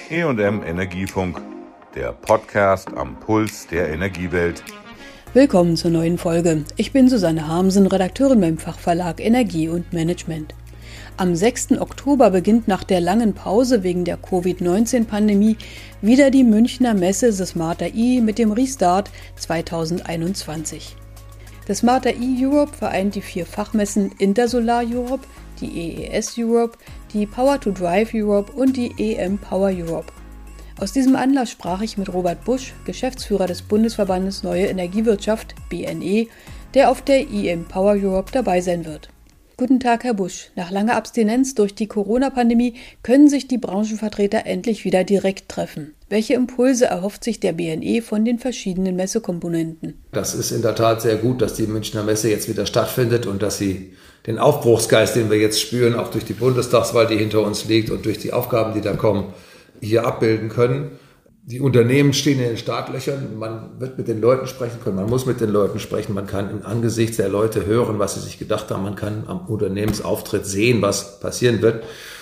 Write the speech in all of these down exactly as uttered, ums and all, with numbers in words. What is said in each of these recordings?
E und M Energiefunk, der Podcast am Puls der Energiewelt. Willkommen zur neuen Folge. Ich bin Susanne Harmsen, Redakteurin beim Fachverlag Energie und Management. Am sechsten Oktober beginnt nach der langen Pause wegen der Covid neunzehn Pandemie wieder die Münchner Messe The Smarter E mit dem Restart zweitausendeinundzwanzig. The Smarter E Europe vereint die vier Fachmessen Intersolar Europe, die E E S Europe, die Power to Drive Europe und die E M Power Europe. Aus diesem Anlass sprach ich mit Robert Busch, Geschäftsführer des Bundesverbandes Neue Energiewirtschaft, B N E, der auf der E M Power Europe dabei sein wird. Guten Tag, Herr Busch. Nach langer Abstinenz durch die Corona-Pandemie können sich die Branchenvertreter endlich wieder direkt treffen. Welche Impulse erhofft sich der B N E von den verschiedenen Messekomponenten? Das ist in der Tat sehr gut, dass die Münchner Messe jetzt wieder stattfindet und dass sie den Aufbruchsgeist, den wir jetzt spüren, auch durch die Bundestagswahl, die hinter uns liegt und durch die Aufgaben, die da kommen, hier abbilden können. Die Unternehmen stehen in den Startlöchern, man wird mit den Leuten sprechen können, man muss mit den Leuten sprechen, man kann im Angesicht der Leute hören, was sie sich gedacht haben, man kann am Unternehmensauftritt sehen, was passieren wird.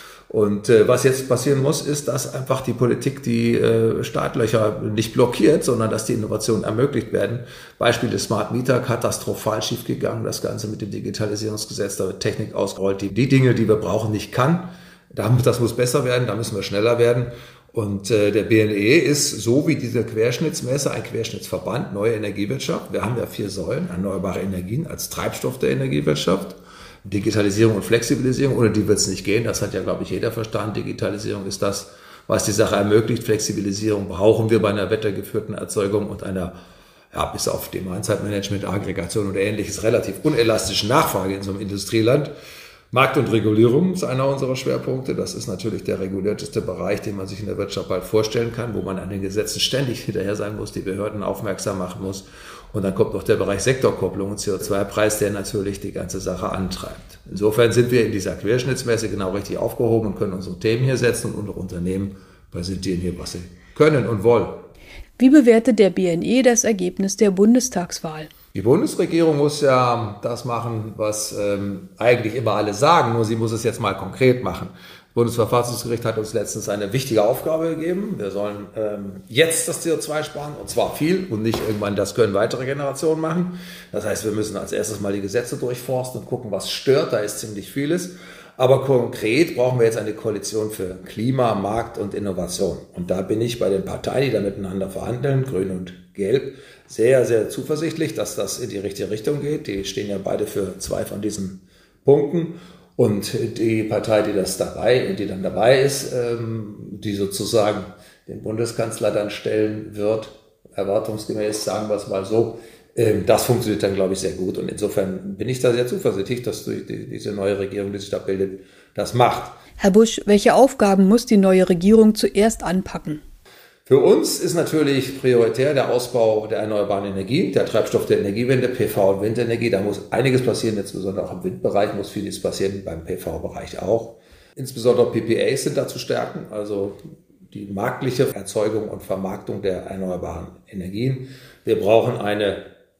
Und äh, was jetzt passieren muss, ist, dass einfach die Politik die äh, Startlöcher nicht blockiert, sondern dass die Innovationen ermöglicht werden. Beispiel des Smart Meter, katastrophal schiefgegangen, das Ganze mit dem Digitalisierungsgesetz, da wird Technik ausgerollt, die die Dinge, die wir brauchen, nicht kann. Das muss besser werden, da müssen wir schneller werden. Und äh, der B N E ist, so wie diese Querschnittsmesse, ein Querschnittsverband, neue Energiewirtschaft. Wir haben ja vier Säulen, erneuerbare Energien als Treibstoff der Energiewirtschaft, Digitalisierung und Flexibilisierung, ohne die wird es nicht gehen. Das hat ja, glaube ich, jeder verstanden. Digitalisierung ist das, was die Sache ermöglicht. Flexibilisierung brauchen wir bei einer wettergeführten Erzeugung und einer, ja, bis auf Demand-Side-Management, Aggregation oder ähnliches, relativ unelastischen Nachfrage in so einem Industrieland. Markt und Regulierung ist einer unserer Schwerpunkte. Das ist natürlich der regulierteste Bereich, den man sich in der Wirtschaft bald vorstellen kann, wo man an den Gesetzen ständig hinterher sein muss, die Behörden aufmerksam machen muss. Und dann kommt noch der Bereich Sektorkopplung und C O zwei Preis, der natürlich die ganze Sache antreibt. Insofern sind wir in dieser Querschnittsmesse genau richtig aufgehoben und können unsere Themen hier setzen und unsere Unternehmen präsentieren hier, was sie können und wollen. Wie bewertet der B N E das Ergebnis der Bundestagswahl? Die Bundesregierung muss ja das machen, was ähm, eigentlich immer alle sagen, nur sie muss es jetzt mal konkret machen. Das Bundesverfassungsgericht hat uns letztens eine wichtige Aufgabe gegeben. Wir sollen ähm, jetzt das C O zwei sparen, und zwar viel und nicht irgendwann, das können weitere Generationen machen. Das heißt, wir müssen als erstes mal die Gesetze durchforsten und gucken, was stört. Da ist ziemlich vieles. Aber konkret brauchen wir jetzt eine Koalition für Klima, Markt und Innovation. Und da bin ich bei den Parteien, die da miteinander verhandeln, Grün und Gelb, sehr, sehr zuversichtlich, dass das in die richtige Richtung geht. Die stehen ja beide für zwei von diesen Punkten. Und die Partei, die das dabei, die dann dabei ist, die sozusagen den Bundeskanzler dann stellen wird, erwartungsgemäß, sagen wir es mal so, das funktioniert dann, glaube ich, sehr gut. Und insofern bin ich da sehr zuversichtlich, dass diese neue Regierung, die sich da bildet, das macht. Herr Busch, welche Aufgaben muss die neue Regierung zuerst anpacken? Für uns ist natürlich prioritär der Ausbau der erneuerbaren Energien, der Treibstoff der Energiewende, P V und Windenergie. Da muss einiges passieren, insbesondere auch im Windbereich muss vieles passieren, beim P V-Bereich auch. Insbesondere P P As sind da zu stärken, also die marktliche Erzeugung und Vermarktung der erneuerbaren Energien. Wir brauchen eine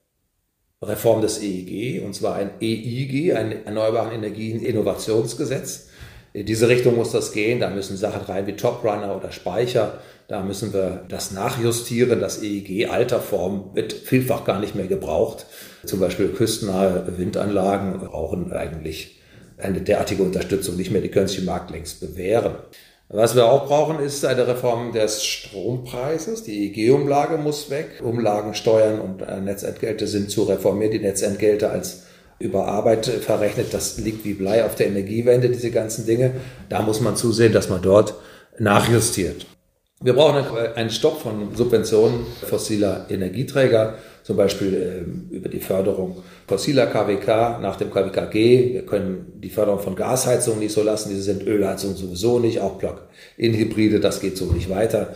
Reform des E E G, und zwar ein E I G, ein Erneuerbaren Energien Innovationsgesetz. In diese Richtung muss das gehen. Da müssen Sachen rein wie Toprunner oder Speicher. Da müssen wir das nachjustieren. Das E E G alter Form wird vielfach gar nicht mehr gebraucht. Zum Beispiel küstennahe Windanlagen brauchen eigentlich eine derartige Unterstützung nicht mehr. Die können sich im Markt längst bewähren. Was wir auch brauchen, ist eine Reform des Strompreises. Die E E G-Umlage muss weg. Umlagen, Steuern und Netzentgelte sind zu reformieren. Die Netzentgelte als über Arbeit verrechnet, das liegt wie Blei auf der Energiewende, diese ganzen Dinge. Da muss man zusehen, dass man dort nachjustiert. Wir brauchen einen Stopp von Subventionen fossiler Energieträger, zum Beispiel äh, über die Förderung fossiler K W K nach dem K W K G. Wir können die Förderung von Gasheizungen nicht so lassen, diese sind Ölheizungen sowieso nicht, auch Plug-in-Hybride, das geht so nicht weiter.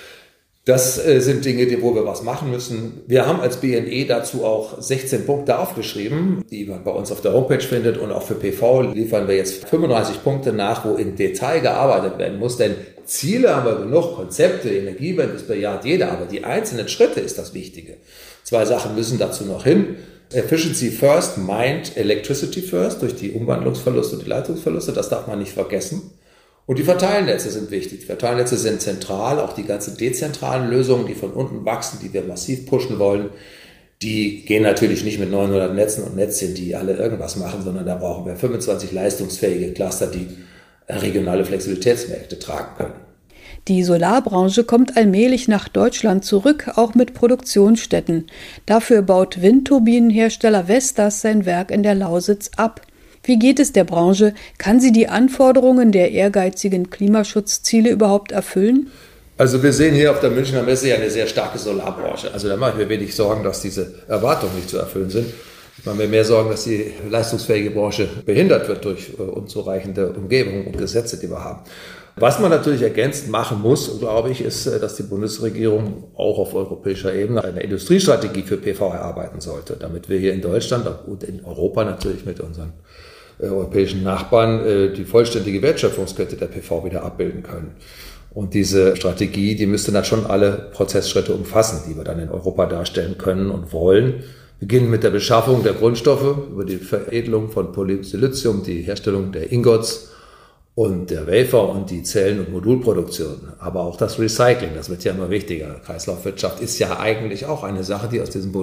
Das äh, sind Dinge, die, wo wir was machen müssen. Wir haben als B N E dazu auch sechzehn Punkte aufgeschrieben, die man bei uns auf der Homepage findet, und auch für P V liefern wir jetzt fünfunddreißig Punkte nach, wo im Detail gearbeitet werden muss, denn Ziele haben wir genug, Konzepte, Energiewende ist bejaht jeder, aber die einzelnen Schritte ist das Wichtige. Zwei Sachen müssen dazu noch hin. Efficiency first meint Electricity first durch die Umwandlungsverluste und die Leitungsverluste, das darf man nicht vergessen. Und die Verteilnetze sind wichtig. Die Verteilnetze sind zentral, auch die ganzen dezentralen Lösungen, die von unten wachsen, die wir massiv pushen wollen, die gehen natürlich nicht mit neunhundert Netzen und Netzchen, die alle irgendwas machen, sondern da brauchen wir fünfundzwanzig leistungsfähige Cluster, die regionale Flexibilitätsmärkte tragen können. Die Solarbranche kommt allmählich nach Deutschland zurück, auch mit Produktionsstätten. Dafür baut Windturbinenhersteller Vestas sein Werk in der Lausitz ab. Wie geht es der Branche? Kann sie die Anforderungen der ehrgeizigen Klimaschutzziele überhaupt erfüllen? Also wir sehen hier auf der Münchner Messe ja eine sehr starke Solarbranche. Also da mache ich mir wenig Sorgen, dass diese Erwartungen nicht zu erfüllen sind. Ich mache mir mehr Sorgen, dass die leistungsfähige Branche behindert wird durch unzureichende Umgebungen und Gesetze, die wir haben. Was man natürlich ergänzend machen muss, glaube ich, ist, dass die Bundesregierung auch auf europäischer Ebene eine Industriestrategie für P V erarbeiten sollte, damit wir hier in Deutschland und in Europa natürlich mit unseren europäischen Nachbarn die vollständige Wertschöpfungskette der P V wieder abbilden können. Und diese Strategie, die müsste dann schon alle Prozessschritte umfassen, die wir dann in Europa darstellen können und wollen. Beginnen mit der Beschaffung der Grundstoffe, über die Veredelung von Polysilizium, die Herstellung der Ingots und der Wafer und die Zellen- und Modulproduktion. Aber auch das Recycling, das wird ja immer wichtiger. Kreislaufwirtschaft ist ja eigentlich auch eine Sache, die aus diesem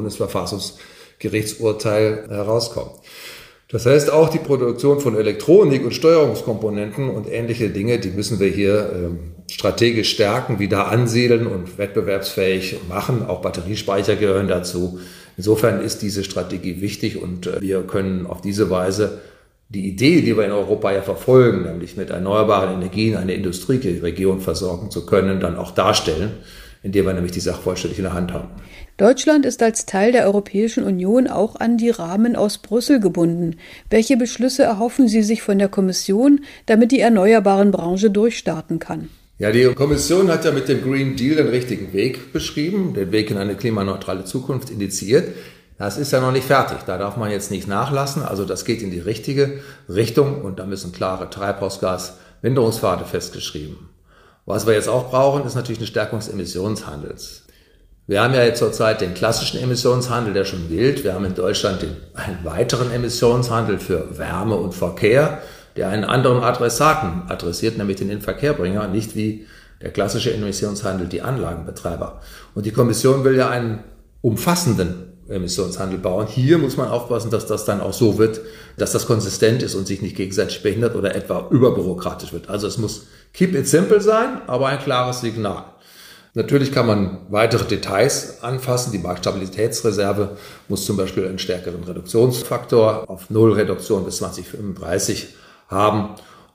Bundesverfassungsgerichtsurteil herauskommt. Das heißt, auch die Produktion von Elektronik und Steuerungskomponenten und ähnliche Dinge, die müssen wir hier ähm, strategisch stärken, wieder ansiedeln und wettbewerbsfähig machen. Auch Batteriespeicher gehören dazu. Insofern ist diese Strategie wichtig und äh, wir können auf diese Weise die Idee, die wir in Europa ja verfolgen, nämlich mit erneuerbaren Energien eine Industrieregion versorgen zu können, dann auch darstellen, indem wir nämlich die Sache vollständig in der Hand haben. Deutschland ist als Teil der Europäischen Union auch an die Rahmen aus Brüssel gebunden. Welche Beschlüsse erhoffen Sie sich von der Kommission, damit die erneuerbaren Branche durchstarten kann? Ja, die Kommission hat ja mit dem Green Deal den richtigen Weg beschrieben, den Weg in eine klimaneutrale Zukunft initiiert. Das ist ja noch nicht fertig, da darf man jetzt nicht nachlassen. Also das geht in die richtige Richtung und da müssen klare Treibhausgasminderungspfade festgeschrieben. Was wir jetzt auch brauchen, ist natürlich eine Stärkung des Emissionshandels. Wir haben ja jetzt zurzeit den klassischen Emissionshandel, der schon gilt. Wir haben in Deutschland den, einen weiteren Emissionshandel für Wärme und Verkehr, der einen anderen Adressaten adressiert, nämlich den Inverkehrbringer, nicht wie der klassische Emissionshandel die Anlagenbetreiber. Und die Kommission will ja einen umfassenden Emissionshandel bauen. Hier muss man aufpassen, dass das dann auch so wird, dass das konsistent ist und sich nicht gegenseitig behindert oder etwa überbürokratisch wird. Also es muss keep it simple sein, aber ein klares Signal. Natürlich kann man weitere Details anfassen. Die Marktstabilitätsreserve muss zum Beispiel einen stärkeren Reduktionsfaktor auf Nullreduktion bis zwanzig fünfunddreißig haben.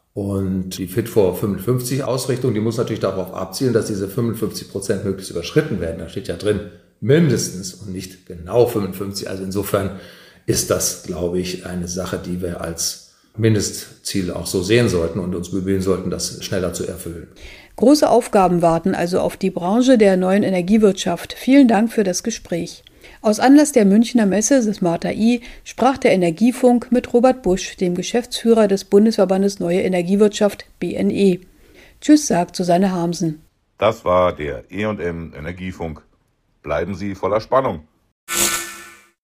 Und die Fit for fünfundfünfzig Ausrichtung, die muss natürlich darauf abzielen, dass diese fünfundfünfzig Prozent möglichst überschritten werden. Da steht ja drin, mindestens und nicht genau fünfundfünfzig. Also insofern ist das, glaube ich, eine Sache, die wir als Mindestziel auch so sehen sollten und uns bemühen sollten, das schneller zu erfüllen. Große Aufgaben warten also auf die Branche der neuen Energiewirtschaft. Vielen Dank für das Gespräch. Aus Anlass der Münchner Messe Smart A I sprach der Energiefunk mit Robert Busch, dem Geschäftsführer des Bundesverbandes Neue Energiewirtschaft B N E. Tschüss, sagt Susanne Harmsen. Das war der E und M Energiefunk. Bleiben Sie voller Spannung.